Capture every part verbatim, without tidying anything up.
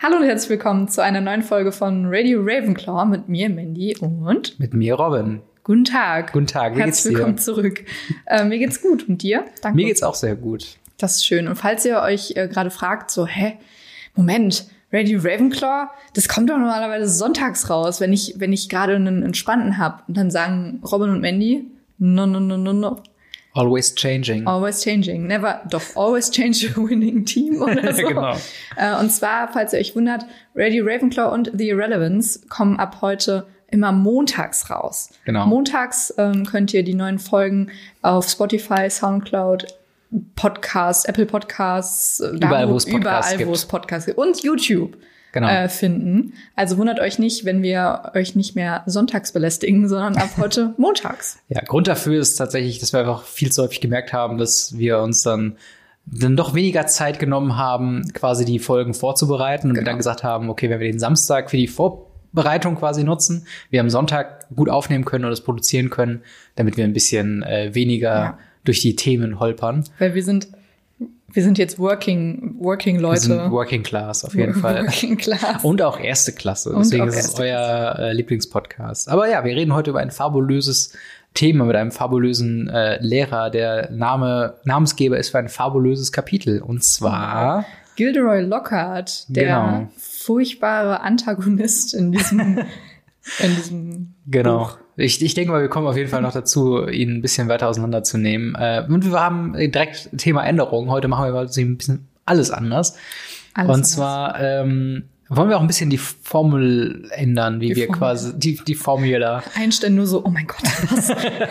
Hallo und herzlich willkommen zu einer neuen Folge von Radio Ravenclaw mit mir, Mandy, und mit mir, Robin. Guten Tag. Guten Tag, wie geht's dir? Herzlich willkommen zurück. Äh, mir geht's gut. Und dir? Danke. Mir geht's auch sehr gut. Das ist schön. Und falls ihr euch äh, gerade fragt, so, hä, Moment, Radio Ravenclaw, das kommt doch normalerweise sonntags raus, wenn ich wenn ich gerade einen entspannten hab. Und dann sagen Robin und Mandy, no, no, no, no, no. Always changing. Always changing. Never, doch, always change a winning team oder so. Genau. Äh, und zwar, falls ihr euch wundert, Radio Ravenclaw und The Irrelevance kommen ab heute immer montags raus. Genau. Montags ähm, könnt ihr die neuen Folgen auf Spotify, Soundcloud, Podcasts, Apple Podcasts, überall, wo es Podcasts überall, gibt. wo es Podcasts gibt. Und YouTube. Genau. Äh, finden. Also wundert euch nicht, wenn wir euch nicht mehr sonntags belästigen, sondern ab heute montags. Ja, Grund dafür ist tatsächlich, dass wir einfach viel zu häufig gemerkt haben, dass wir uns dann dann doch weniger Zeit genommen haben, quasi die Folgen vorzubereiten und Genau. wir dann gesagt haben, okay, wenn wir den Samstag für die Vorbereitung quasi nutzen, wir am Sonntag gut aufnehmen können und das produzieren können, damit wir ein bisschen äh, weniger Ja. durch die Themen holpern. Weil wir sind Wir sind jetzt Working, Working Leute. Wir sind Working Class auf jeden Fall. Working Class. Und auch erste Klasse. Und Deswegen auch ist es erste euer äh, Lieblingspodcast. Aber ja, wir reden heute über ein fabulöses Thema mit einem fabulösen äh, Lehrer. Der Name, Namensgeber ist für ein fabulöses Kapitel. Und zwar Gilderoy Lockhart, der Genau. furchtbare Antagonist in diesem, in diesem Genau. Buch. Ich, ich denke mal, wir kommen auf jeden Fall noch dazu, ihn ein bisschen weiter auseinanderzunehmen. Äh, und wir haben direkt Thema Änderung. Heute machen wir mal so ein bisschen alles anders. Alles und anders. zwar ähm, wollen wir auch ein bisschen die Formel ändern, wie Die wir Formel. quasi, die, die Formula. Einstein nur so, oh mein Gott, was?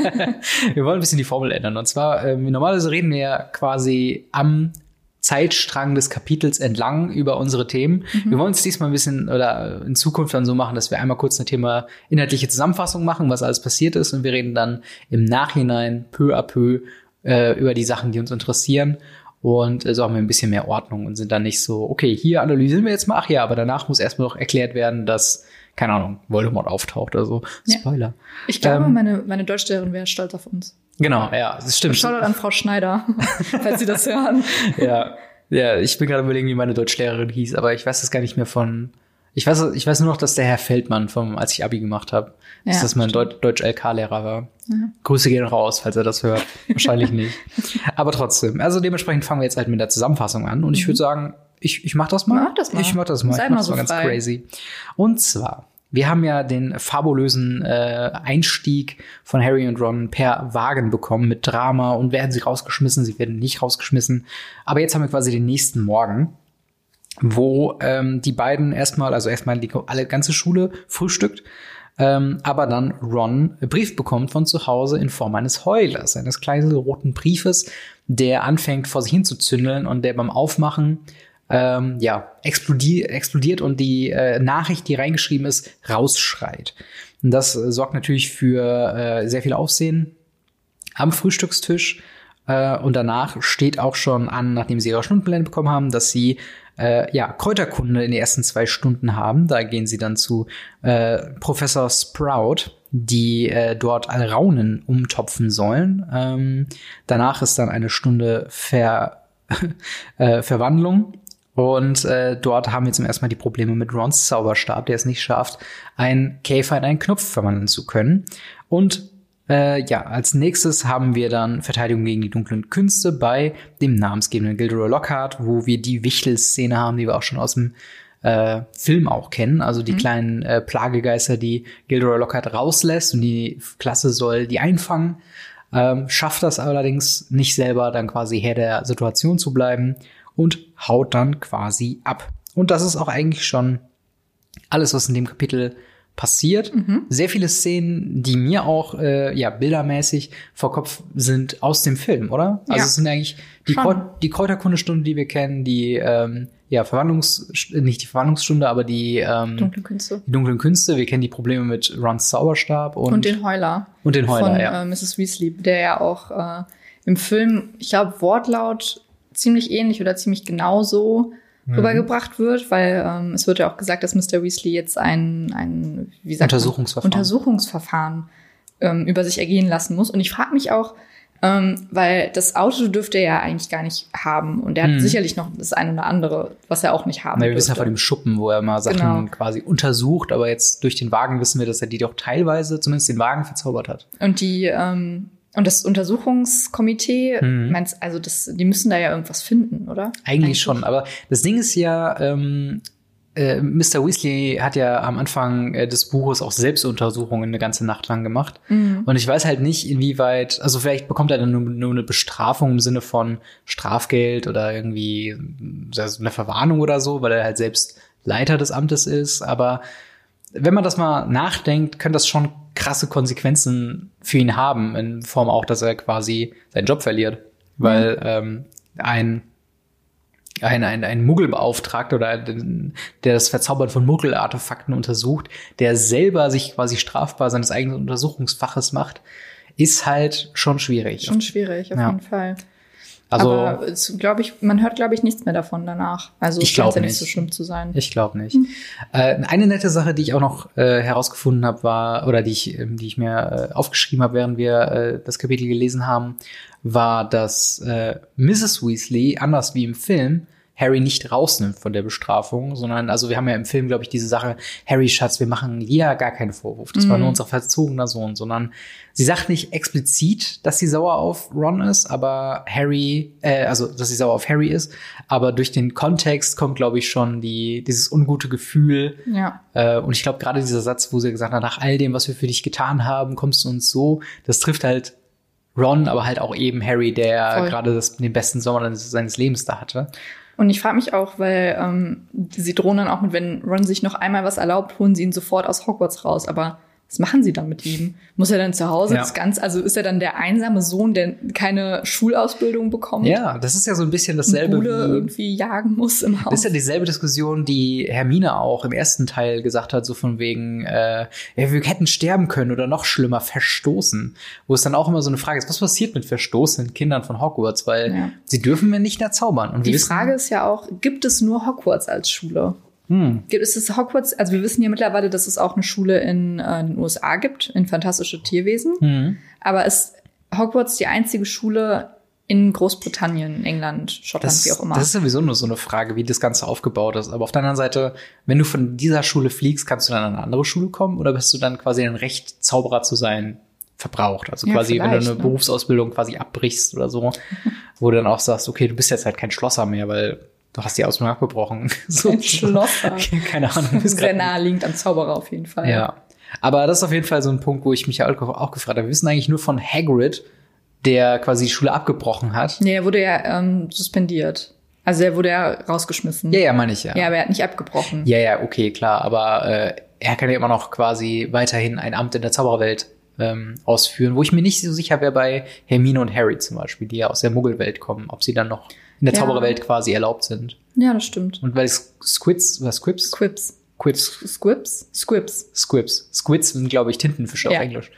Wir wollen ein bisschen die Formel ändern. Und zwar, ähm, normalerweise reden wir ja quasi am Zeitstrang des Kapitels entlang über unsere Themen. Mhm. Wir wollen es diesmal ein bisschen oder in Zukunft dann so machen, dass wir einmal kurz eine Thema inhaltliche Zusammenfassung machen, was alles passiert ist, und wir reden dann im Nachhinein peu à peu äh, über die Sachen, die uns interessieren. Und äh, so haben wir ein bisschen mehr Ordnung und sind dann nicht so, okay, hier analysieren wir jetzt mal, ach ja, aber danach muss erstmal noch erklärt werden, dass, keine Ahnung, Voldemort auftaucht oder so. Ja. Spoiler. Ich glaube, Ähm, meine, meine Deutschlehrerin wäre stolz auf uns. Genau, ja, das stimmt. Shoutout an Frau Schneider, falls Sie das hören. Ja, ja, ich bin gerade überlegen, wie meine Deutschlehrerin hieß, aber ich weiß das gar nicht mehr von. Ich weiß, ich weiß nur noch, dass der Herr Feldmann, vom, als ich Abi gemacht habe, Ja, dass das mein stimmt. Deut- Deutsch-L K-Lehrer war. Ja. Grüße gehen raus, falls er das hört. Wahrscheinlich nicht. Aber trotzdem. Also dementsprechend fangen wir jetzt halt mit der Zusammenfassung an. Und ich würde sagen, ich, ich mach das mal. Mach das mal. Ich mach das mal. Sei ich mach mal das so mal ganz frei. crazy. Und zwar, wir haben ja den fabulösen äh, Einstieg von Harry und Ron per Wagen bekommen mit Drama. Und werden sie rausgeschmissen? Sie werden nicht rausgeschmissen. Aber jetzt haben wir quasi den nächsten Morgen, wo ähm, die beiden erstmal, also erstmal die alle ganze Schule frühstückt, ähm, aber dann Ron einen Brief bekommt von zu Hause in Form eines Heulers, eines kleinen roten Briefes, der anfängt vor sich hin zu zündeln und der beim Aufmachen ähm, ja explodiert, explodiert und die äh, Nachricht, die reingeschrieben ist, rausschreit. Und das äh, sorgt natürlich für äh, sehr viel Aufsehen am Frühstückstisch. Äh, und danach steht auch schon an, nachdem sie ihre Stundenpläne bekommen haben, dass sie äh, ja Kräuterkunde in den ersten zwei Stunden haben. Da gehen sie dann zu äh, Professor Sprout, die äh, dort Alraunen umtopfen sollen. Ähm, danach ist dann eine Stunde Ver äh, Verwandlung. Und äh, dort haben wir zum ersten Mal die Probleme mit Rons Zauberstab, der es nicht schafft, einen Käfer in einen Knopf verwandeln zu können. Und Äh, ja, als nächstes haben wir dann Verteidigung gegen die dunklen Künste bei dem namensgebenden Gilderoy Lockhart, wo wir die Wichtel-Szene haben, die wir auch schon aus dem äh, Film auch kennen. Also die mhm. kleinen äh, Plagegeister, die Gilderoy Lockhart rauslässt, und die Klasse soll die einfangen. Ähm, schafft das allerdings nicht selber, dann quasi Herr der Situation zu bleiben und haut dann quasi ab. Und das ist auch eigentlich schon alles, was in dem Kapitel passiert. Mhm. Sehr viele Szenen, die mir auch äh, ja bildermäßig vor Kopf sind aus dem Film, oder? Also ja. es sind eigentlich die, Kräut- die Kräuterkundestunde, die wir kennen, die ähm, ja Verwandlungs nicht die Verwandlungsstunde, aber die ähm, dunklen Künste. Die dunklen Künste. Wir kennen die Probleme mit Rons Zauberstab und, und den Heuler. Und den Heuler, von, ja. Äh, Misses Weasley, der ja auch äh, im Film, ich glaube, Wortlaut ziemlich ähnlich oder ziemlich genauso rübergebracht wird, weil ähm, es wird ja auch gesagt, dass Mister Weasley jetzt ein, ein wie sagt Untersuchungsverfahren, man, Untersuchungsverfahren ähm, über sich ergehen lassen muss. Und ich frage mich auch, Ähm, weil das Auto dürfte er ja eigentlich gar nicht haben. Und er hat hm. sicherlich noch das eine oder andere, was er auch nicht haben Na, wir dürfte. wissen ja von dem Schuppen, wo er mal Sachen genau. quasi untersucht. Aber jetzt durch den Wagen wissen wir, dass er die doch teilweise, zumindest den Wagen, verzaubert hat. Und die, ähm, und das Untersuchungskomitee, hm. meinst, also das, die müssen da ja irgendwas finden, oder? Eigentlich, Eigentlich schon. Aber das Ding ist ja, ähm, Äh, Mister Weasley hat ja am Anfang äh, des Buches auch Selbstuntersuchungen eine ganze Nacht lang gemacht. Mhm. Und ich weiß halt nicht, inwieweit, also vielleicht bekommt er dann nur, nur eine Bestrafung im Sinne von Strafgeld oder irgendwie also eine Verwarnung oder so, weil er halt selbst Leiter des Amtes ist. Aber wenn man das mal nachdenkt, könnte das schon krasse Konsequenzen für ihn haben, in Form auch, dass er quasi seinen Job verliert. Weil mhm. ähm, ein Ein, ein, ein Muggelbeauftragter oder der das Verzaubern von Muggelartefakten untersucht, der selber sich quasi strafbar seines eigenen Untersuchungsfaches macht, ist halt schon schwierig. Schon schwierig, auf ja. jeden Fall. Also, aber glaube ich, man hört, glaube ich, nichts mehr davon danach. Also es scheint ja nicht so schlimm zu sein. Ich glaube nicht. Hm. Äh, eine nette Sache, die ich auch noch äh, herausgefunden habe, war, oder die ich, die ich mir äh, aufgeschrieben habe, während wir äh, das Kapitel gelesen haben, war, dass äh, Misses Weasley, anders wie im Film, Harry nicht rausnimmt von der Bestrafung, sondern, also wir haben ja im Film, glaube ich, diese Sache, Harry, Schatz, wir machen ja gar keinen Vorwurf. Das mm. war nur unser verzogener Sohn, sondern sie sagt nicht explizit, dass sie sauer auf Ron ist, aber Harry, äh, also, dass sie sauer auf Harry ist, aber durch den Kontext kommt, glaube ich, schon die, dieses ungute Gefühl. Ja. Äh, und ich glaube, gerade dieser Satz, wo sie gesagt hat, nach all dem, was wir für dich getan haben, kommst du uns so, das trifft halt Ron, aber halt auch eben Harry, der gerade den besten Sommer seines Lebens da hatte. Und ich frage mich auch, weil ähm, sie drohen dann auch mit, wenn Ron sich noch einmal was erlaubt, holen sie ihn sofort aus Hogwarts raus. Aber was machen sie dann mit ihm? Muss er dann zu Hause ja. das Ganze, also ist er dann der einsame Sohn, der keine Schulausbildung bekommt? Ja, das ist ja so ein bisschen dasselbe. Wie irgendwie jagen muss im Haus. Das ist ja dieselbe Diskussion, die Hermine auch im ersten Teil gesagt hat, so von wegen, äh, ja, wir hätten sterben können oder noch schlimmer, verstoßen. Wo es dann auch immer so eine Frage ist, was passiert mit verstoßenen Kindern von Hogwarts? Weil ja. sie dürfen ja nicht mehr zaubern. Und die wir Frage ist ja auch, gibt es nur Hogwarts als Schule? Hm. Gibt es das Hogwarts, also wir wissen ja mittlerweile, dass es auch eine Schule in äh, den U S A gibt, in Fantastische Tierwesen. Hm. Aber ist Hogwarts die einzige Schule in Großbritannien, England, Schottland, das, wie auch immer? Das ist sowieso nur so eine Frage, wie das Ganze aufgebaut ist. Aber auf der anderen Seite, wenn du von dieser Schule fliegst, kannst du dann an eine andere Schule kommen? Oder bist du dann quasi ein Recht, Zauberer zu sein, verbraucht? Also ja, quasi, wenn du eine ne? Berufsausbildung quasi abbrichst oder so, wo du dann auch sagst, okay, du bist jetzt halt kein Schlosser mehr, weil du hast die Ausbildung abgebrochen. So ein Schlosser. Keine Ahnung. Sehr naheliegend am Zauberer auf jeden Fall. Ja. Aber das ist auf jeden Fall so ein Punkt, wo ich mich ja auch gefragt habe. Wir wissen eigentlich nur von Hagrid, der quasi die Schule abgebrochen hat. Nee, er wurde ja ähm, suspendiert. Also er wurde ja rausgeschmissen. Ja, ja, meine ich ja. Ja, aber er hat nicht abgebrochen. Ja, ja, okay, klar. Aber äh, er kann ja immer noch quasi weiterhin ein Amt in der Zaubererwelt ähm, ausführen, wo ich mir nicht so sicher wäre bei Hermine und Harry zum Beispiel, die ja aus der Muggelwelt kommen, ob sie dann noch in der ja. Zaubererwelt quasi erlaubt sind. Ja, das stimmt. Und weil Squids, was Squibs? Squibs. Quips. Squibs? Squibs. Squibs. Squids sind, glaube ich, Tintenfische ja. auf Englisch.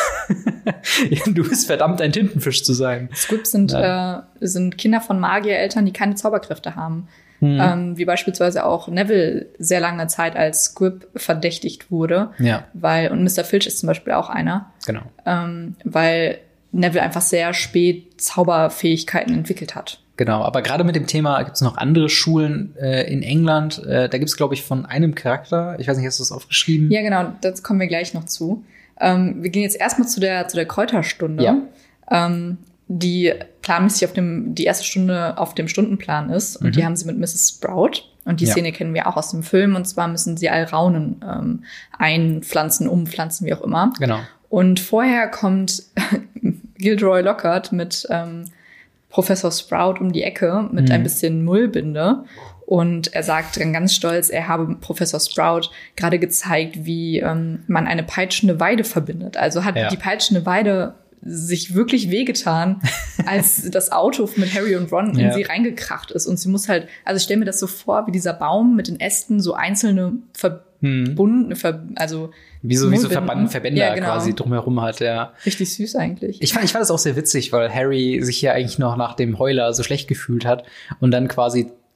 Du bist verdammt, ein Tintenfisch zu sein. Squibs sind, ja. äh, sind Kinder von Magiereltern, die keine Zauberkräfte haben. Mhm. Ähm, wie beispielsweise auch Neville sehr lange Zeit als Squib verdächtigt wurde. Ja. Weil, und Mister Filch ist zum Beispiel auch einer. Genau. Ähm, weil Neville einfach sehr spät Zauberfähigkeiten entwickelt hat. Genau, aber gerade mit dem Thema gibt es noch andere Schulen äh, in England. Äh, da gibt es, glaube ich, von einem Charakter. Ich weiß nicht, hast du das aufgeschrieben? Ja, genau, das kommen wir gleich noch zu. Ähm, wir gehen jetzt erstmal zu der zu der Kräuterstunde, ja. ähm, die planmäßig auf dem die erste Stunde auf dem Stundenplan ist. Und mhm. die haben sie mit Misses Sprout. Und die ja. Szene kennen wir auch aus dem Film. Und zwar müssen sie Alraunen ähm, einpflanzen, umpflanzen, wie auch immer. Genau. Und vorher kommt Gilderoy Lockhart mit ähm, Professor Sprout um die Ecke mit mhm. ein bisschen Mullbinde. Und er sagt dann ganz stolz, er habe Professor Sprout gerade gezeigt, wie ähm, man eine peitschende Weide verbindet. Also hat ja. die peitschende Weide sich wirklich wehgetan, als das Auto mit Harry und Ron in ja. sie reingekracht ist. Und sie muss halt, also ich stelle mir das so vor, wie dieser Baum mit den Ästen so einzelne verbundene, ver, also Wie so, wie so Verband, Verbänder ja, genau. quasi drumherum hat, ja. Richtig süß eigentlich. Ich fand, ich fand das auch sehr witzig, weil Harry sich ja eigentlich noch nach dem Heuler so schlecht gefühlt hat und dann quasi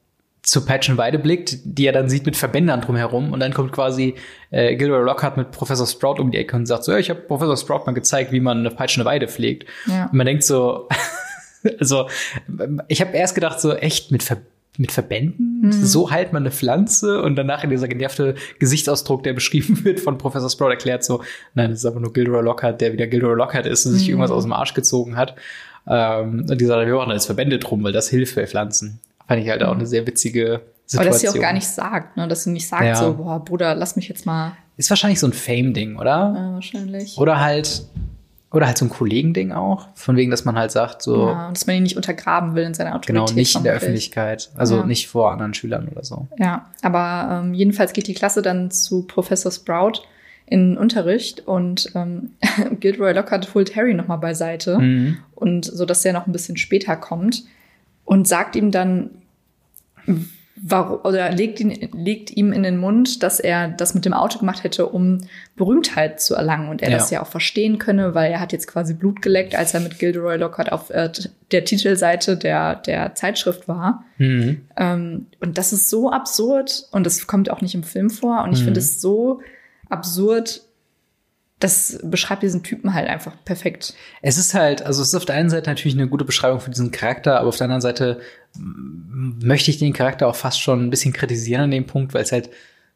zu Peitschenweide blickt, die er dann sieht mit Verbändern drumherum. Und dann kommt quasi äh, Gilderoy Lockhart mit Professor Sprout um die Ecke und sagt so, ja, ich habe Professor Sprout mal gezeigt, wie man eine peitschende Weide pflegt. Ja. Und man denkt so, also ich habe erst gedacht so, echt mit Ver- mit Verbänden? Mhm. So heilt man eine Pflanze? Und danach in dieser genervte Gesichtsausdruck, der beschrieben wird von Professor Sprout, erklärt so, nein, das ist aber nur Gilderoy Lockhart, der wieder Gilderoy Lockhart ist und mhm. sich irgendwas aus dem Arsch gezogen hat. Ähm, und die sagt, wir machen jetzt Verbände drum, weil das hilft bei Pflanzen. Fand ich halt auch eine sehr witzige Situation. Aber dass sie auch gar nicht sagt, ne? Dass sie nicht sagt ja. so, boah, Bruder, lass mich jetzt mal. Ist wahrscheinlich so ein Fame-Ding, oder? Ja, wahrscheinlich. Oder halt, oder halt so ein Kollegending auch. Von wegen, dass man halt sagt so. Ja, dass man ihn nicht untergraben will in seiner Autorität. Genau, nicht in der Welt. Öffentlichkeit. Also ja. nicht vor anderen Schülern oder so. Ja, aber ähm, jedenfalls geht die Klasse dann zu Professor Sprout in den Unterricht und ähm, Gilderoy Lockhart holt Harry nochmal beiseite. Mhm. Und so, dass er noch ein bisschen später kommt. Und sagt ihm dann, warum, oder legt, ihn, legt ihm in den Mund, dass er das mit dem Auto gemacht hätte, um Berühmtheit zu erlangen. Und er ja. das ja auch verstehen könne, weil er hat jetzt quasi Blut geleckt, als er mit Gilderoy Lockhart auf äh, der Titelseite der, der Zeitschrift war. Mhm. Ähm, und das ist so absurd und das kommt auch nicht im Film vor. Und ich mhm. finde es so absurd, das beschreibt diesen Typen halt einfach perfekt. Es ist halt, also es ist auf der einen Seite natürlich eine gute Beschreibung für diesen Charakter, aber auf der anderen Seite möchte ich den Charakter auch fast schon ein bisschen kritisieren an dem Punkt, weil es halt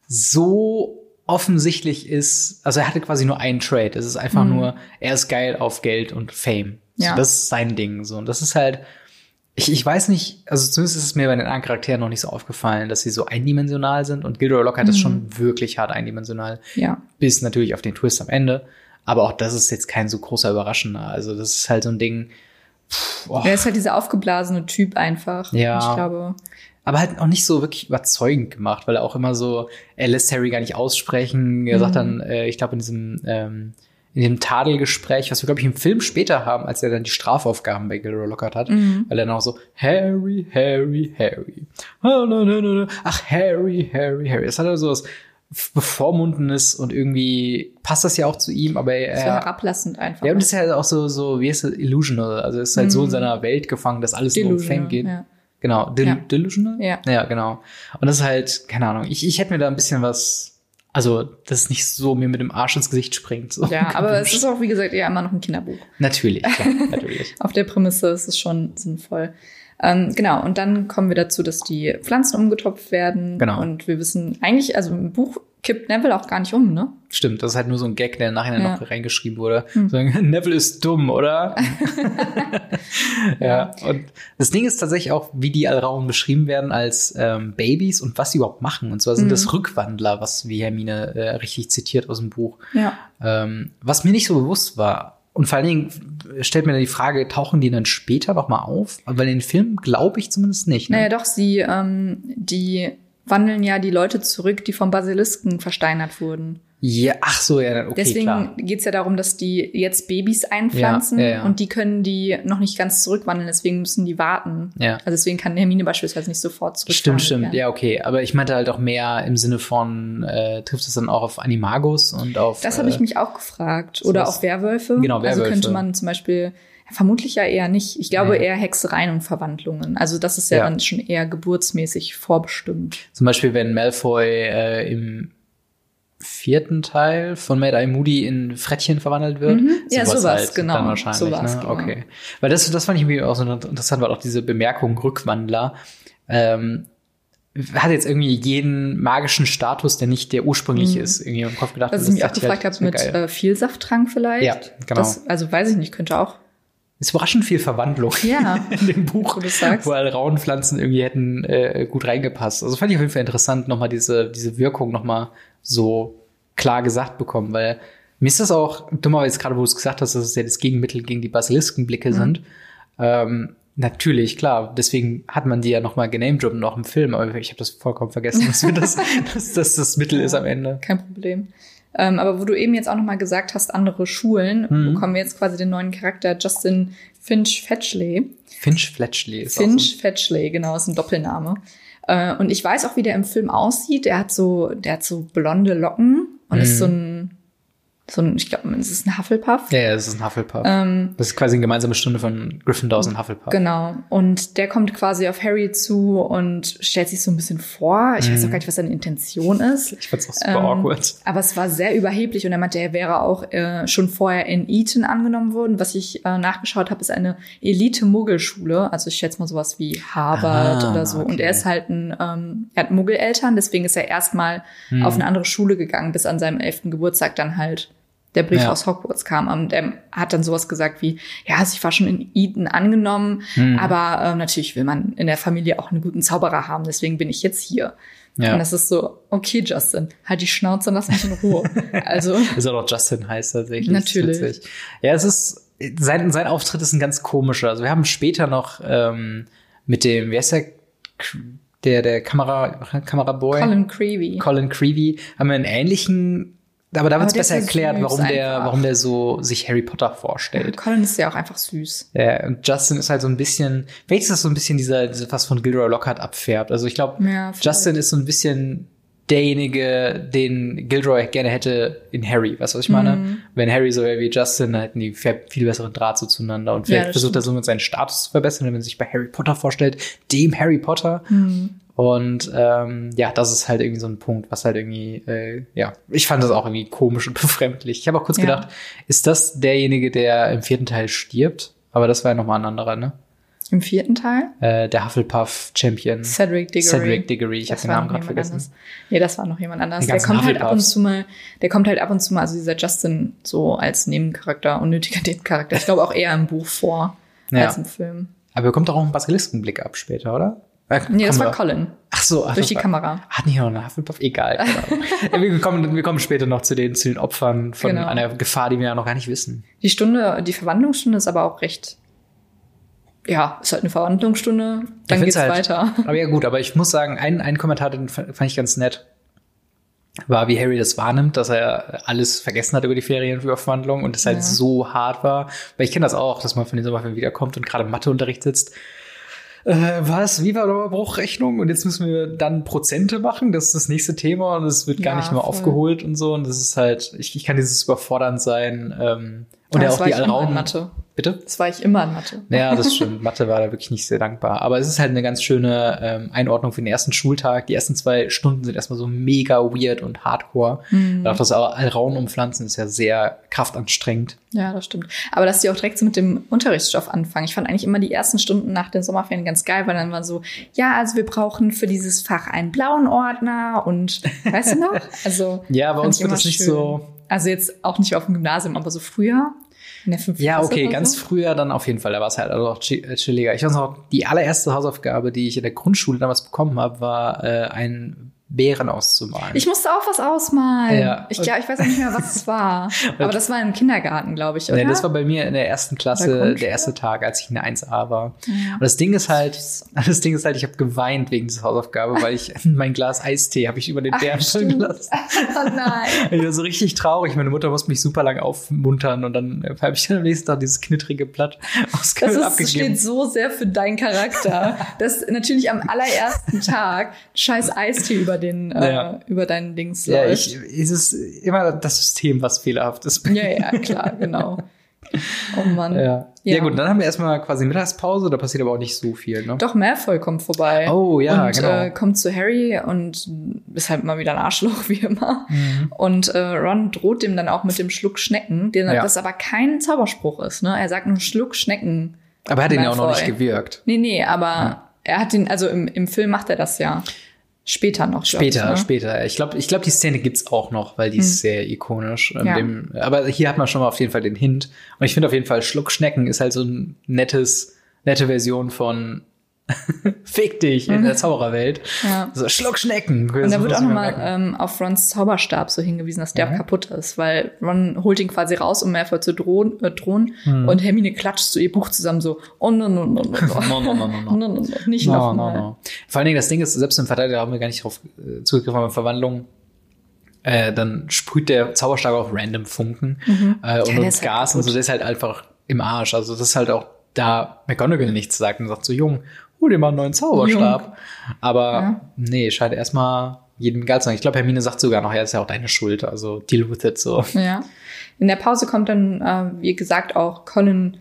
so offensichtlich ist, also er hatte quasi nur einen Trade. Es ist einfach mhm. nur, er ist geil auf Geld und Fame. Ja. So, das ist sein Ding. So. Und das ist halt, ich, ich weiß nicht, also zumindest ist es mir bei den anderen Charakteren noch nicht so aufgefallen, dass sie so eindimensional sind. Und Gilderoy Lockhart mhm. ist schon wirklich hart eindimensional. Ja. Bis natürlich auf den Twist am Ende. Aber auch das ist jetzt kein so großer Überraschender. Also das ist halt so ein Ding. Pff, oh. Er ist halt dieser aufgeblasene Typ einfach. Ja. Ich glaube. Aber halt auch nicht so wirklich überzeugend gemacht, weil er auch immer so, er lässt Harry gar nicht aussprechen. Er mhm. sagt dann, äh, ich glaube in diesem ähm, in dem Tadelgespräch, was wir, glaube ich, im Film später haben, als er dann die Strafaufgaben bei Gilderoy Lockhart hat, mhm. weil er dann auch so, Harry, Harry, Harry. Ach, Harry, Harry, Harry. Das hat er so was Bevormundendes und irgendwie passt das ja auch zu ihm, aber er. So herablassend einfach. Ja, und das ist ja halt auch so, so, wie ist das, illusional. Also er ist halt mhm. so in seiner Welt gefangen, dass alles nur um Fame geht. Ja. Genau, Del- ja. delusional? Ja. Ja, genau. Und das ist halt, keine Ahnung, ich, ich hätte mir da ein bisschen was. Also, dass es nicht so mir mit dem Arsch ins Gesicht springt. So. Ja, aber es ist auch, wie gesagt, eher immer noch ein Kinderbuch. Natürlich, klar, natürlich. Auf der Prämisse ist es schon sinnvoll. Ähm, genau, und dann kommen wir dazu, dass die Pflanzen umgetopft werden. Genau. Und wir wissen eigentlich, also im Buch kippt Neville auch gar nicht um, ne? Stimmt, das ist halt nur so ein Gag, der nachher ja. noch reingeschrieben wurde. Hm. So, Neville ist dumm, oder? ja. ja, und das Ding ist tatsächlich auch, wie die Alraun beschrieben werden als ähm, Babys und was sie überhaupt machen. Und zwar sind mhm. das Rückwandler, was wie Hermine äh, richtig zitiert aus dem Buch. Ja. Ähm, was mir nicht so bewusst war. Und vor allen Dingen stellt mir dann die Frage, tauchen die dann später noch mal auf? Weil in den Filmen glaube ich zumindest nicht. Ne? Naja, doch, sie, ähm, die wandeln ja die Leute zurück, die vom Basilisken versteinert wurden. Ja, ach so, ja, okay, Deswegen klar. geht's ja darum, dass die jetzt Babys einpflanzen ja, ja, ja. und die können die noch nicht ganz zurückwandeln, deswegen müssen die warten. Ja. Also deswegen kann Hermine beispielsweise nicht sofort zurückwandeln. Stimmt, stimmt, werden. Ja, okay. Aber ich meinte halt auch mehr im Sinne von, äh, trifft es dann auch auf Animagus und auf Das habe ich äh, mich auch gefragt. Oder auf Werwölfe. Genau, Werwölfe. Also könnte man zum Beispiel, ja, vermutlich ja eher nicht. Ich glaube nee. eher Hexereien und Verwandlungen. Also das ist ja, ja dann schon eher geburtsmäßig vorbestimmt. Zum Beispiel, wenn Malfoy äh, im vierten Teil von Mad-Eye Moody in Frettchen verwandelt wird. Mhm. Ja, sowas, halt genau. Dann wahrscheinlich, sowas, ne? genau. Okay. Weil das, das fand ich irgendwie auch so interessant, weil auch diese Bemerkung Rückwandler ähm, hat jetzt irgendwie jeden magischen Status, der nicht der ursprüngliche mhm. ist, irgendwie im Kopf gedacht. Was ich mich auch gefragt habe, mit äh, Vielsafttrank vielleicht. Ja, genau. Das, also weiß ich nicht, könnte auch. Es ist überraschend viel Verwandlung ja. in dem Buch, wo, du sagst. wo alle rauen Pflanzen irgendwie hätten äh, gut reingepasst. Also fand ich auf jeden Fall interessant, nochmal diese, diese Wirkung nochmal so klar gesagt bekommen, weil mir ist das auch, dummerweise gerade, wo du es gesagt hast, dass es ja das Gegenmittel gegen die Basiliskenblicke mhm. sind. Ähm, natürlich, klar, deswegen hat man die ja noch mal genamedroppt noch im Film, aber ich habe das vollkommen vergessen, dass das, dass das das Mittel ja, ist am Ende. Kein Problem. Ähm, aber wo du eben jetzt auch noch mal gesagt hast, andere Schulen, mhm. bekommen wir jetzt quasi den neuen Charakter Justin Finch-Fletchley. Finch-Fletchley ist Finch-Fletchley, genau, ist ein Doppelname. Äh, und ich weiß auch, wie der im Film aussieht. Der hat so, der hat so blonde Locken und mhm. ist so ein, So ein, ich glaube, es ist ein Hufflepuff. Ja, ja, das ist ein Hufflepuff. Ähm, das ist quasi eine gemeinsame Stunde von Gryffindors und Hufflepuff. Genau. Und der kommt quasi auf Harry zu und stellt sich so ein bisschen vor. Ich mhm. weiß auch gar nicht, was seine Intention ist. Ich fand's auch super ähm, awkward. Aber es war sehr überheblich und er meinte, er wäre auch äh, schon vorher in Eton angenommen worden. Was ich äh, nachgeschaut habe, ist eine Elite-Muggelschule. Also ich schätze mal sowas wie Harvard ah, oder so. Okay. Und er ist halt ein, ähm, er hat Muggeleltern, deswegen ist er erstmal mhm. auf eine andere Schule gegangen, bis an seinem elften Geburtstag dann halt der Brief ja. aus Hogwarts kam. Und er hat dann sowas gesagt wie, ja, also ich war schon in Eton angenommen, mhm. aber ähm, natürlich will man in der Familie auch einen guten Zauberer haben, deswegen bin ich jetzt hier. Ja. Und das ist so, okay, Justin, halt die Schnauze und lass mich in Ruhe. Also ist auch noch Justin heißt tatsächlich. Natürlich. Ja, es ist, sein, sein Auftritt ist ein ganz komischer. Also wir haben später noch ähm, mit dem, wie heißt der, der, der Kamera, Kameraboy? Colin Creevy. Colin Creevy haben wir einen ähnlichen. Aber da wird es besser erklärt, warum der, warum der so sich Harry Potter vorstellt. Ja, Colin ist ja auch einfach süß. Ja, und Justin ist halt so ein bisschen, vielleicht ist das so ein bisschen dieser, dieser was von Gilderoy Lockhart abfärbt. Also ich glaube, ja, Justin ist so ein bisschen derjenige, den Gilderoy gerne hätte in Harry. Weißt du, was ich meine? Mhm. Wenn Harry so wäre wie Justin, dann hätten die viel besseren Draht so zueinander. Und vielleicht ja, versucht er so mit seinen Status zu verbessern, wenn man sich bei Harry Potter vorstellt, dem Harry Potter. Mhm. Und ähm, ja, das ist halt irgendwie so ein Punkt, was halt irgendwie, äh, ja, ich fand das auch irgendwie komisch und befremdlich. Ich habe auch kurz ja. gedacht, ist das derjenige, der im vierten Teil stirbt? Aber das war ja nochmal ein anderer, ne? Im vierten Teil? Äh, der Hufflepuff-Champion. Cedric Diggory. Cedric Diggory, ich habe den Namen gerade vergessen. Anders. Nee, das war noch jemand anders. Der kommt halt ab und zu mal, der kommt halt ab und zu mal, also dieser Justin so als Nebencharakter, unnötiger Nebencharakter. Ich glaube auch eher im Buch vor, ja. als im Film. Aber er bekommt auch einen Basiliskenblick ab später, oder? Äh, nee, das war Colin. Ach so. Ach, durch die war, Kamera. Hat nicht noch eine Hufflepuff? Egal. Genau. wir, kommen, wir kommen später noch zu den, zu den Opfern von genau. einer Gefahr, die wir ja noch gar nicht wissen. Die Stunde, die Verwandlungsstunde ist aber auch recht, ja, ist halt eine Verwandlungsstunde, dann geht's halt, weiter. Aber ja gut, aber ich muss sagen, ein, ein Kommentar, den fand ich ganz nett, war, wie Harry das wahrnimmt, dass er alles vergessen hat über die Ferien für Verwandlung und es halt ja. so hart war. Weil ich kenne das auch, dass man von den Sommerferien wiederkommt und gerade im Matheunterricht sitzt. Äh, was? Wie war eure Bruchrechnung? Und jetzt müssen wir dann Prozente machen. Das ist das nächste Thema und es wird ja, gar nicht mehr voll. aufgeholt und so. Und das ist halt, ich, ich kann dieses überfordernd sein. Ähm, und ja, auch die Allraum. Mathe. Bitte? Das war ich immer in Mathe. Ja, das stimmt. Mathe war da wirklich nicht sehr dankbar. Aber es ist halt eine ganz schöne ähm, Einordnung für den ersten Schultag. Die ersten zwei Stunden sind erstmal so mega weird und hardcore. Mhm. Auch das Allraum umpflanzen ist ja sehr kraftanstrengend. Ja, das stimmt. Aber dass die auch direkt so mit dem Unterrichtsstoff anfangen. Ich fand eigentlich immer die ersten Stunden nach den Sommerferien ganz geil, weil dann war so, ja, also wir brauchen für dieses Fach einen blauen Ordner und, weißt du noch? Also ja, bei uns wird das nicht schön. so. Also jetzt auch nicht auf dem Gymnasium, aber so früher. In der fünften ja, okay, ganz so? früher dann auf jeden Fall. Da war es halt also auch chilliger. Ich weiß noch, die allererste Hausaufgabe, die ich in der Grundschule damals bekommen habe, war äh, ein Bären auszumalen. Ich musste auch was ausmalen. Ja. Ich glaube, ich weiß auch nicht mehr, was es war. Aber das war im Kindergarten, glaube ich, oder? Nee, das war bei mir in der ersten Klasse der erste Tag, als ich in der eins a war. Ja. Und das Ding ist halt, das Ding ist halt, ich habe geweint wegen dieser Hausaufgabe, weil ich mein Glas Eistee habe ich über den Bären füllen gelassen. Oh nein. Ich war so richtig traurig. Meine Mutter musste mich super lang aufmuntern und dann habe ich dann am nächsten Tag dieses knittrige Blatt ausgegeben. Das ist, steht so sehr für deinen Charakter, dass natürlich am allerersten Tag scheiß Eistee über den, ja. äh, über deinen Dings ja, läuft. Ich, es ist immer das System, was fehlerhaft ist. Ja, ja, klar, genau. Oh Mann. Ja. Ja. ja gut, dann haben wir erstmal quasi Mittagspause, da passiert aber auch nicht so viel, ne? Doch, Malfoy kommt vorbei. Oh, ja, und, genau. äh, kommt zu Harry und ist halt mal wieder ein Arschloch, wie immer. Mhm. Und äh, Ron droht dem dann auch mit dem Schluck Schnecken, den, ja. das aber kein Zauberspruch ist, ne? Er sagt nur Schluck Schnecken. Aber er hat ihn ja auch noch nicht gewirkt. Nee, nee, aber ja. er hat den, also im, im Film macht er das ja. Später noch. Später, ich, ne? später. Ich glaube, ich glaube, die Szene gibt's auch noch, weil die hm. ist sehr ikonisch. Ja. Dem, aber hier hat man schon mal auf jeden Fall den Hint. Und ich finde auf jeden Fall, Schluckschnecken ist halt so ein nettes, nette Version von Fick dich in der Zaubererwelt. Ja. So, Schluckschnecken. Und da wird auch nochmal ähm, auf Rons Zauberstab so hingewiesen, dass der mhm. kaputt ist, weil Ron holt ihn quasi raus, um Malfoy zu drohen, äh, drohen mhm. und Hermine klatscht so ihr Buch zusammen so, oh no, no, no, no, no, no, no, no, no, no, no, no. nicht no, noch no, mal. No. Vor allen Dingen, das Ding ist, selbst im Verteidiger haben wir gar nicht drauf äh, zugegriffen, aber Verwandlung, äh, dann sprüht der Zauberstab auf random Funken mhm. äh, und, ja, und Gas halt und so, der ist halt einfach im Arsch. Also das ist halt auch, da McGonagall nichts sagt und sagt so, Jung, hol dir mal einen neuen Zauberstab. Jung. Aber ja. nee, scheint erstmal jedem egal zu sein. Ich glaube, Hermine sagt sogar noch, ja, ist ja auch deine Schuld, also deal with it, so. Ja. In der Pause kommt dann, äh, wie gesagt, auch Colin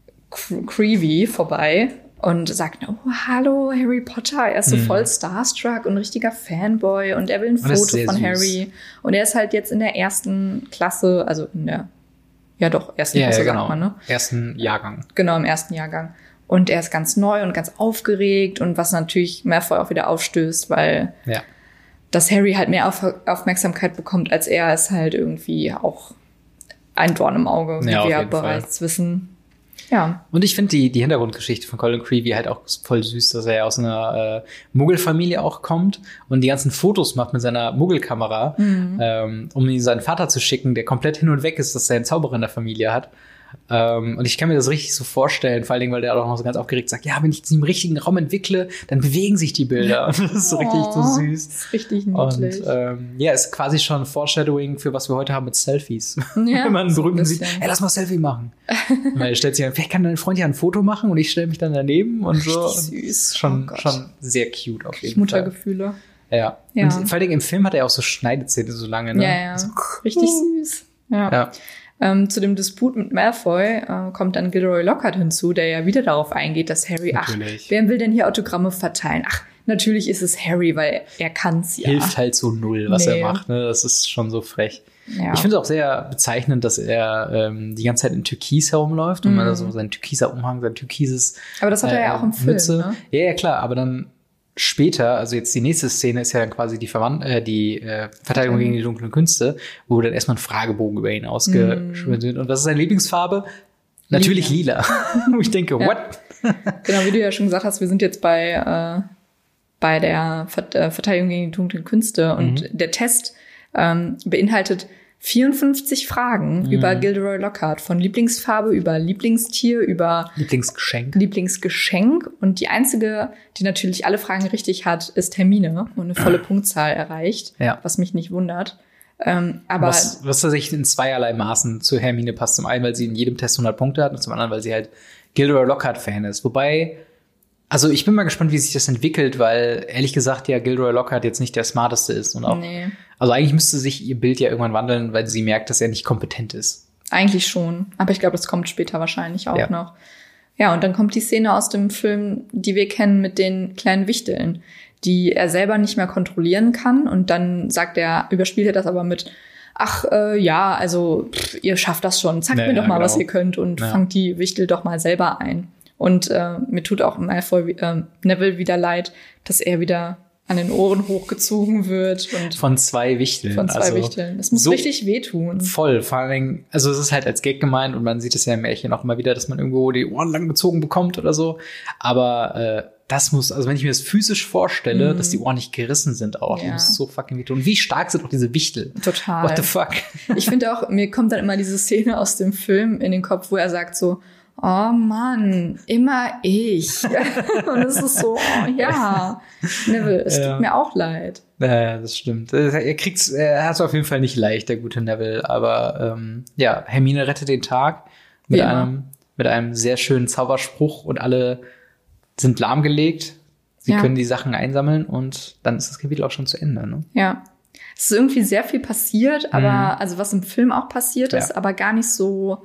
Creevy vorbei und sagt, oh, hallo, Harry Potter. Er ist so mhm. voll starstruck und ein richtiger Fanboy und er will ein und Foto von süß. Harry. Und er ist halt jetzt in der ersten Klasse, also in der, ja doch, ersten ja, Klasse, ja, genau. sagt man, ne? Ersten Jahrgang. Genau, im ersten Jahrgang. Und er ist ganz neu und ganz aufgeregt und was natürlich Malfoy auch wieder aufstößt, weil ja. dass Harry halt mehr Auf- Aufmerksamkeit bekommt, als er, ist halt irgendwie auch ein Dorn im Auge, wie ja, wir bereits Fall. wissen. Ja. Und ich finde die, die Hintergrundgeschichte von Colin Creevy halt auch voll süß, dass er aus einer äh, Muggelfamilie auch kommt und die ganzen Fotos macht mit seiner Muggelkamera, mhm. ähm, um ihn seinen Vater zu schicken, der komplett hin und weg ist, dass er einen Zauberer in der Familie hat. Ähm, und ich kann mir das richtig so vorstellen, vor allen Dingen, weil der auch noch so ganz aufgeregt sagt, ja, wenn ich diesen richtigen Raum entwickle, dann bewegen sich die Bilder. Und das ist so oh, richtig so süß. Das ist richtig niedlich. Und ähm, ja, ist quasi schon Foreshadowing für was wir heute haben mit Selfies. Ja, wenn man einen so berühmten ein sieht, hey, lass mal ein Selfie machen. Weil er stellt sich an, vielleicht kann dein Freund ja ein Foto machen und ich stelle mich dann daneben und so. Richtig süß. Schon, oh schon sehr cute auf jeden Muttergefühle. Fall. Ja. ja. Und vor allen Dingen im Film hat er auch so Schneidezähne so lange. Ne? Ja, ja. Also, richtig süß. Ja. ja. Ähm, zu dem Disput mit Malfoy äh, kommt dann Gilderoy Lockhart hinzu, der ja wieder darauf eingeht, dass Harry, natürlich. ach, wer will denn hier Autogramme verteilen? Ach, natürlich ist es Harry, weil er kann's ja. Hilft halt so null, was nee. er macht, ne? Das ist schon so frech. Ja. Ich finde es auch sehr bezeichnend, dass er ähm, die ganze Zeit in Türkis herumläuft und mm. man da so sein türkiser Umhang, sein türkises Aber das hat er äh, ja auch im Film, Mütze. Ne? Ja, ja, klar, aber dann später, also jetzt die nächste Szene ist ja dann quasi die, Verwand äh, die äh, Verteidigung okay. gegen die dunklen Künste, wo dann erstmal ein Fragebogen über ihn ausgeschrieben wird. Mm. Und was ist seine Lieblingsfarbe? Natürlich lila. Wo ich denke, ja. what? Genau, wie du ja schon gesagt hast, wir sind jetzt bei, äh, bei der Ver- äh, Verteidigung gegen die dunklen Künste und mhm. der Test ähm, beinhaltet vierundfünfzig Fragen mhm. über Gilderoy Lockhart, von Lieblingsfarbe über Lieblingstier, über Lieblingsgeschenk. Lieblingsgeschenk. Und die einzige, die natürlich alle Fragen richtig hat, ist Hermine und eine volle Punktzahl erreicht, ja. was mich nicht wundert. Ähm, aber was, was tatsächlich in zweierlei Maßen zu Hermine passt. Zum einen, weil sie in jedem Test hundert Punkte hat und zum anderen, weil sie halt Gilderoy Lockhart-Fan ist. Wobei, also ich bin mal gespannt, wie sich das entwickelt, weil ehrlich gesagt ja Gilderoy Lockhart jetzt nicht der Smarteste ist. Und auch, nee. Also eigentlich müsste sich ihr Bild ja irgendwann wandeln, weil sie merkt, dass er nicht kompetent ist. Eigentlich schon. Aber ich glaube, das kommt später wahrscheinlich auch ja. noch. Ja, und dann kommt die Szene aus dem Film, die wir kennen mit den kleinen Wichteln, die er selber nicht mehr kontrollieren kann. Und dann sagt er, überspielt er das aber mit, ach, äh, ja, also pff, ihr schafft das schon. Zeigt ja, mir doch ja, mal, genau. was ihr könnt und ja. fangt die Wichtel doch mal selber ein. Und äh, mir tut auch Malfoy, äh, Neville wieder leid, dass er wieder an den Ohren hochgezogen wird. Und von zwei Wichteln. Von zwei also Wichteln. Das muss so richtig wehtun. Voll, vor allen Dingen, also es ist halt als Gag gemeint und man sieht es ja im Märchen auch immer wieder, dass man irgendwo die Ohren lang gezogen bekommt oder so. Aber äh, das muss, also wenn ich mir das physisch vorstelle, mm. dass die Ohren nicht gerissen sind auch, ja. muss so fucking wehtun. Und wie stark sind auch diese Wichtel? Total. What the fuck? Ich finde auch, mir kommt dann immer diese Szene aus dem Film in den Kopf, wo er sagt so, oh Mann, immer ich. Und es ist so, oh ja, Neville, es ja. tut mir auch leid. Ja, das stimmt. Er kriegt's, er hat es auf jeden Fall nicht leicht, der gute Neville. Aber ähm, ja, Hermine rettet den Tag mit einem, mit einem sehr schönen Zauberspruch und alle sind lahmgelegt. Sie ja. können die Sachen einsammeln und dann ist das Kapitel auch schon zu Ende. Ne? Ja. Es ist irgendwie sehr viel passiert, aber mhm. also was im Film auch passiert ist, ja. aber gar nicht so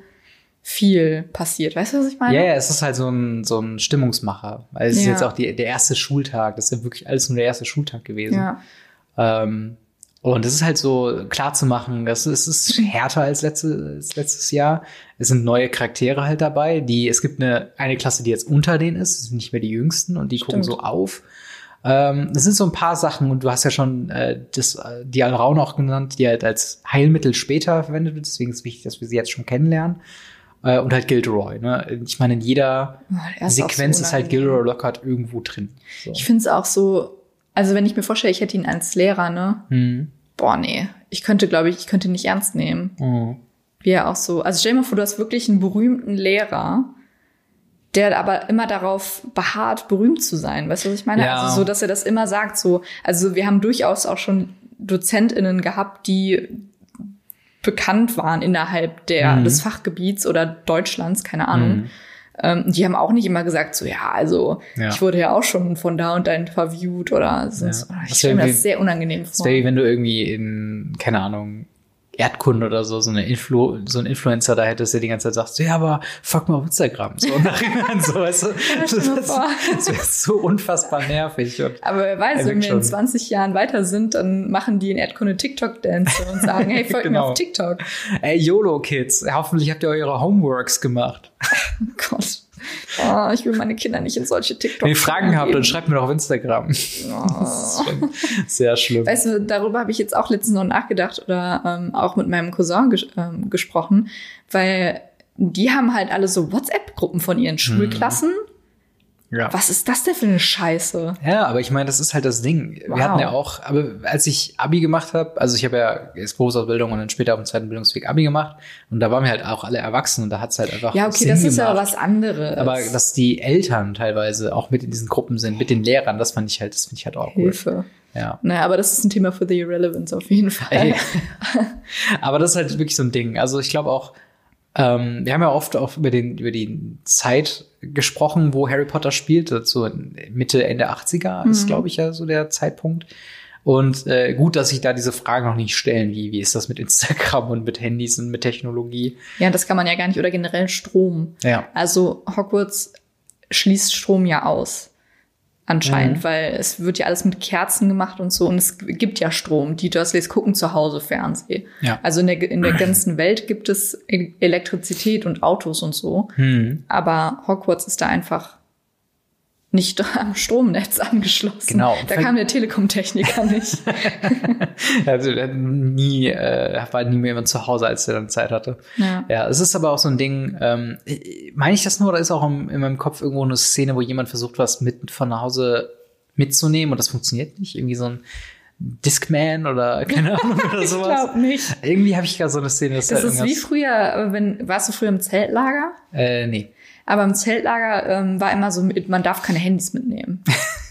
viel passiert. Weißt du, was ich meine? Ja, yeah, es ist halt so ein, so ein Stimmungsmacher. Weil es ja. ist jetzt auch die, der erste Schultag. Das ist ja wirklich alles nur der erste Schultag gewesen. Ja. Ähm, und es ist halt so klar zu machen, dass es ist härter als, letzte, als letztes Jahr. Es sind neue Charaktere halt dabei. Die, es gibt eine, eine Klasse, die jetzt unter denen ist. Das sind nicht mehr die Jüngsten und die Stimmt. gucken so auf. Ähm, das sind so ein paar Sachen und du hast ja schon äh, das, äh, die Alraun auch genannt, die halt als Heilmittel später verwendet wird. Deswegen ist es wichtig, dass wir sie jetzt schon kennenlernen. Und halt Gilderoy, ne? Ich meine, in jeder oh, Sequenz so ist halt Gilderoy Lockhart irgendwo drin. So. Ich finde es auch so, also wenn ich mir vorstelle, ich hätte ihn als Lehrer, ne? Hm. Boah, nee. Ich könnte, glaube ich, ich könnte nicht ernst nehmen. Mhm. Wie er auch so, also stell dir mal vor, du hast wirklich einen berühmten Lehrer, der aber immer darauf beharrt, berühmt zu sein. Weißt du, was ich meine? Ja. Also so, dass er das immer sagt, so. Also wir haben durchaus auch schon DozentInnen gehabt, die bekannt waren innerhalb der, mhm. des Fachgebiets oder Deutschlands, keine Ahnung. Mhm. Ähm, die haben auch nicht immer gesagt, so, ja, also Ja. ich wurde ja auch schon von da und da interviewt oder so. Ja. Ich Das stelle mir wär das wie- sehr unangenehm Das vor. wäre wie wenn du irgendwie in, keine Ahnung, Erdkunde oder so, so eine Influ so ein Influencer da hättest, der die ganze Zeit sagt, ja, aber fuck mal auf Instagram. So nachhinein, so, weißt du, das, stell dir das, vor. das wäre so unfassbar nervig. Und Aber wer weiß, Ja, wenn wir schon. in zwanzig Jahren weiter sind, dann machen die in Erdkunde TikTok-Dance und sagen, hey, folgt mir Genau. auf TikTok. ey, YOLO-Kids, hoffentlich habt ihr eure Homeworks gemacht. Oh Gott. Oh, ich will meine Kinder nicht in solche TikTok. Wenn ihr Fragen habt, dann schreibt mir doch auf Instagram. Oh. Das ist schon sehr schlimm. Weißt du, darüber habe ich jetzt auch letztens noch nachgedacht oder ähm, auch mit meinem Cousin ges ähm, gesprochen, weil die haben halt alle so WhatsApp-Gruppen von ihren Schulklassen. Ja. Was ist das denn für eine Scheiße? Ja, aber ich meine, das ist halt das Ding. Wow. Wir hatten ja auch, aber als ich Abi gemacht habe, also ich habe ja jetzt Berufsausbildung und dann später auf dem zweiten Bildungsweg Abi gemacht und da waren wir halt auch alle erwachsen und da hat's halt einfach Ja, okay, Sinn das ist gemacht. ja was anderes. Aber dass die Eltern teilweise auch mit in diesen Gruppen sind, mit den Lehrern, das fand ich halt, das finde ich halt auch cool. Hilfe. Ja. Naja, aber das ist ein Thema für The Irrelevance auf jeden Fall. Ey. Aber das ist halt wirklich so ein Ding. Also ich glaube auch, ähm, wir haben ja oft auch über den über die Zeit gesprochen, wo Harry Potter spielt, so Mitte, Ende achtziger ist, Mhm. glaube ich, ja so der Zeitpunkt. Und äh, gut, dass sich da diese Fragen noch nicht stellen, wie wie ist das mit Instagram und mit Handys und mit Technologie. Ja, das kann man ja gar nicht. Oder generell Strom. Ja. Also Hogwarts schließt Strom ja aus. Anscheinend, Mhm. weil es wird ja alles mit Kerzen gemacht und so. Und es gibt ja Strom. Die Dursleys gucken zu Hause Fernsehen. Ja. Also in der, in der ganzen Welt gibt es E- Elektrizität und Autos und so. Hm. Aber Hogwarts ist da einfach nicht am Stromnetz angeschlossen. Genau. Da kam der Telekom-Techniker nicht. Also äh, nie, äh, war nie mehr jemand zu Hause, als der dann Zeit hatte. Ja. Ja, es ist aber auch so ein Ding, ähm, meine ich das nur, oder ist auch im, in meinem Kopf irgendwo eine Szene, wo jemand versucht, was mit von nach Hause mitzunehmen und das funktioniert nicht? Irgendwie so ein Discman oder keine Ahnung oder Ich sowas. glaube nicht. Irgendwie habe ich gerade so eine Szene, dass Das da ist wie irgendwas- früher, wenn, warst du früher im Zeltlager? Äh, nee. Aber im Zeltlager ähm, war immer so, mit, man darf keine Handys mitnehmen.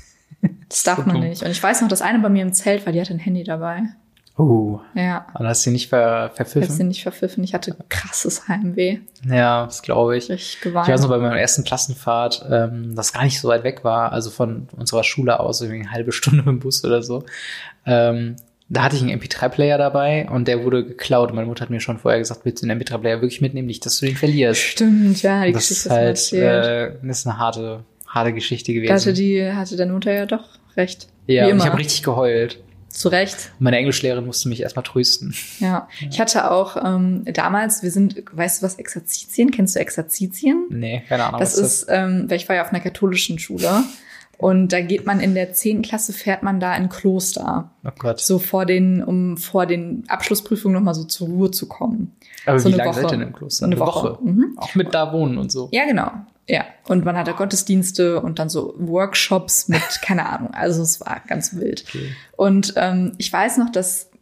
Das darf So man dumm. nicht. Und ich weiß noch, dass eine bei mir im Zelt war, die hatte ein Handy dabei. Uh, Ja. und hast du nicht ver Ich habe sie verpfiffen? nicht verpfiffen. Ich hatte krasses Heimweh. Ja, das glaube ich. Richtig geweint. Ich weiß noch, bei meiner ersten Klassenfahrt, ähm, das gar nicht so weit weg war, also von unserer Schule aus, irgendwie eine halbe Stunde mit dem Bus oder so. Ähm, da hatte ich einen M P drei Player dabei und der wurde geklaut. Und meine Mutter hat mir schon vorher gesagt, willst du den M P drei Player wirklich mitnehmen, nicht, dass du den verlierst. Stimmt, ja, die Das Geschichte ist halt, ist erzählt. äh, das ist eine harte, harte Geschichte Da hatte gewesen. die, hatte deine Mutter ja doch recht. Ja, Wie und ich immer. habe richtig geheult. Zu Recht. Meine Englischlehrerin musste mich erstmal trösten. Ja. Ich hatte auch ähm, damals, wir sind, weißt du was, Exerzitien? Kennst du Exerzitien? Nee, keine Ahnung. Das was ist, ähm, weil ich war ja auf einer katholischen Schule. Und da geht man in der zehnten Klasse, fährt man da in ein Kloster. Oh Gott. So vor den, um vor den Abschlussprüfungen nochmal so zur Ruhe zu kommen. Aber so wie eine lange Woche. seid ihr denn im Kloster? Eine Woche. Mhm. Auch mit da wohnen und so. Ja, genau. Ja. Und man hatte Gottesdienste und dann so Workshops mit, keine Ahnung. Also es war ganz wild. Okay. Und ähm, ich weiß noch, dass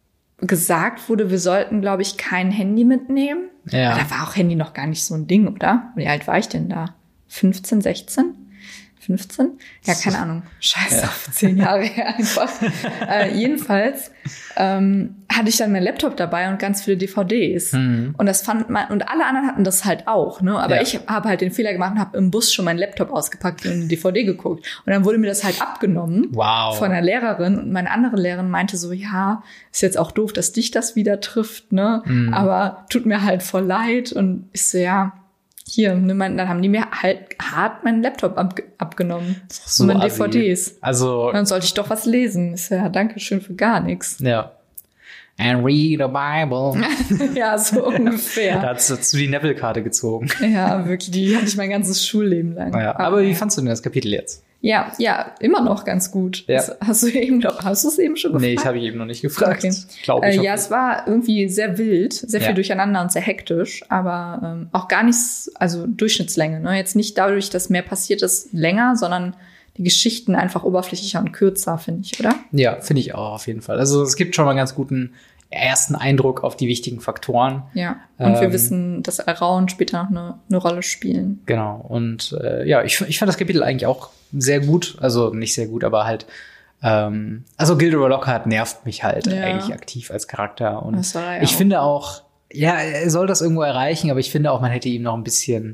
gesagt wurde, wir sollten, glaube ich, kein Handy mitnehmen. Ja. Aber da war auch Handy noch gar nicht so ein Ding, oder? Wie alt war ich denn da? fünfzehn, sechzehn? fünfzehn? Ja, keine Ahnung. Scheiße, Ja. zehn Jahre her einfach. äh, jedenfalls ähm, hatte ich dann meinen Laptop dabei und ganz viele D V Ds. Mhm. Und das fand man, und alle anderen hatten das halt auch, ne? Aber Ja. ich habe halt den Fehler gemacht und habe im Bus schon meinen Laptop ausgepackt und eine D V D geguckt. Und dann wurde mir das halt abgenommen. Wow. Von einer Lehrerin. Und meine andere Lehrerin meinte so, ja, ist jetzt auch doof, dass dich das wieder trifft, ne? Mhm. Aber tut mir halt voll leid. Und ich so, ja, hier, ne, mein, dann haben die mir halt hart meinen Laptop ab, abgenommen. so und meine assi. D V Ds. Also, Und dann sollte ich doch was lesen. Ich so, ja, danke schön für gar nichts. ja. And read a Bible. Ja, so Da ungefähr. hast, hast du die Neville-Karte gezogen. Ja, wirklich, die hatte ich mein ganzes Schulleben lang. Ja, aber wie fandst du denn das Kapitel jetzt? Ja, ja, immer noch ganz gut. Ja. Das, hast du eben, glaub, hast du es eben schon gefragt? Nee, ich habe ich eben noch nicht gefragt. Okay. Glaube Äh, ich. ja, es war irgendwie sehr wild, sehr viel Ja. durcheinander und sehr hektisch, aber ähm, auch gar nichts, also Durchschnittslänge. Ne? Jetzt nicht dadurch, dass mehr passiert ist, länger, sondern die Geschichten einfach oberflächlicher und kürzer, finde ich, oder? Ja, finde ich auch auf jeden Fall. Also es gibt schon mal einen ganz guten ersten Eindruck auf die wichtigen Faktoren. Ja. Und wir Ähm, wissen, dass Alraun später noch eine, eine Rolle spielen. Genau. Und äh, ja, ich, ich fand das Kapitel eigentlich auch sehr gut. Also nicht sehr gut, aber halt ähm, also Gilderoy Lockhart nervt mich halt Ja. eigentlich aktiv als Charakter. Und Das war er ja ich auch. finde auch, ja, er soll das irgendwo erreichen, aber ich finde auch, man hätte ihm noch ein bisschen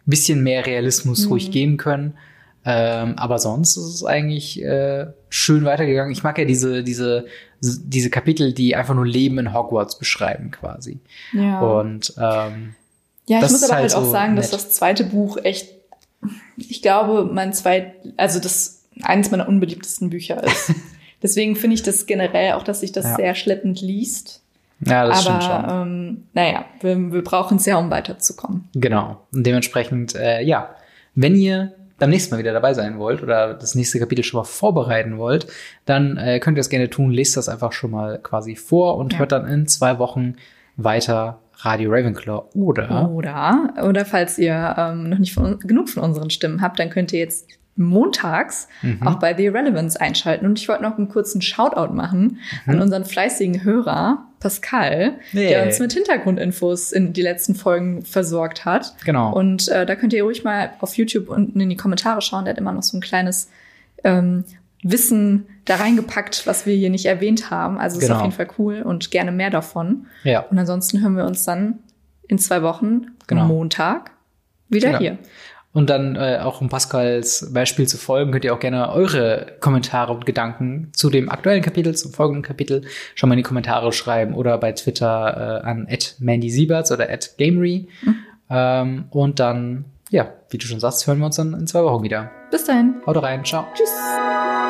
bisschen mehr Realismus Mhm. ruhig geben können. Ähm, aber sonst ist es eigentlich äh, schön weitergegangen. Ich mag ja diese, diese, diese Kapitel, die einfach nur Leben in Hogwarts beschreiben, quasi. Ja. Und ähm, Ja, ich das muss ist aber halt halt auch so sagen, dass nett. das zweite Buch echt, ich glaube, mein zweit, also das eines meiner unbeliebtesten Bücher ist. Deswegen finde ich das generell auch, dass sich das Ja. sehr schleppend liest. Ja, das stimmt schon. Aber ähm, naja, wir, wir brauchen es ja, um weiterzukommen. Genau. Und dementsprechend, äh, ja, wenn ihr beim nächsten Mal wieder dabei sein wollt oder das nächste Kapitel schon mal vorbereiten wollt, dann äh, könnt ihr das gerne tun. Lest das einfach schon mal quasi vor und Ja. hört dann in zwei Wochen weiter Radio Ravenclaw. Oder Oder, oder falls ihr ähm, noch nicht von, genug von unseren Stimmen habt, dann könnt ihr jetzt montags Mhm. auch bei The Irrelevance einschalten. Und ich wollte noch einen kurzen Shoutout machen Mhm. an unseren fleißigen Hörer, Pascal, Hey. der uns mit Hintergrundinfos in die letzten Folgen versorgt hat. Genau. Und äh, da könnt ihr ruhig mal auf YouTube unten in die Kommentare schauen. Der hat immer noch so ein kleines ähm, Wissen da reingepackt, was wir hier nicht erwähnt haben. Also ist Genau. auf jeden Fall cool und gerne mehr davon. ja. Und ansonsten hören wir uns dann in zwei Wochen, Genau. Montag, wieder Genau. hier. Und dann äh, auch um Pascals Beispiel zu folgen, könnt ihr auch gerne eure Kommentare und Gedanken zu dem aktuellen Kapitel, zum folgenden Kapitel schon mal in die Kommentare schreiben oder bei Twitter äh, an at mandy sieberts oder at gamery. Mhm. Ähm, und dann, ja, wie du schon sagst, hören wir uns dann in zwei Wochen wieder. Bis dahin. Haut rein, ciao. Tschüss.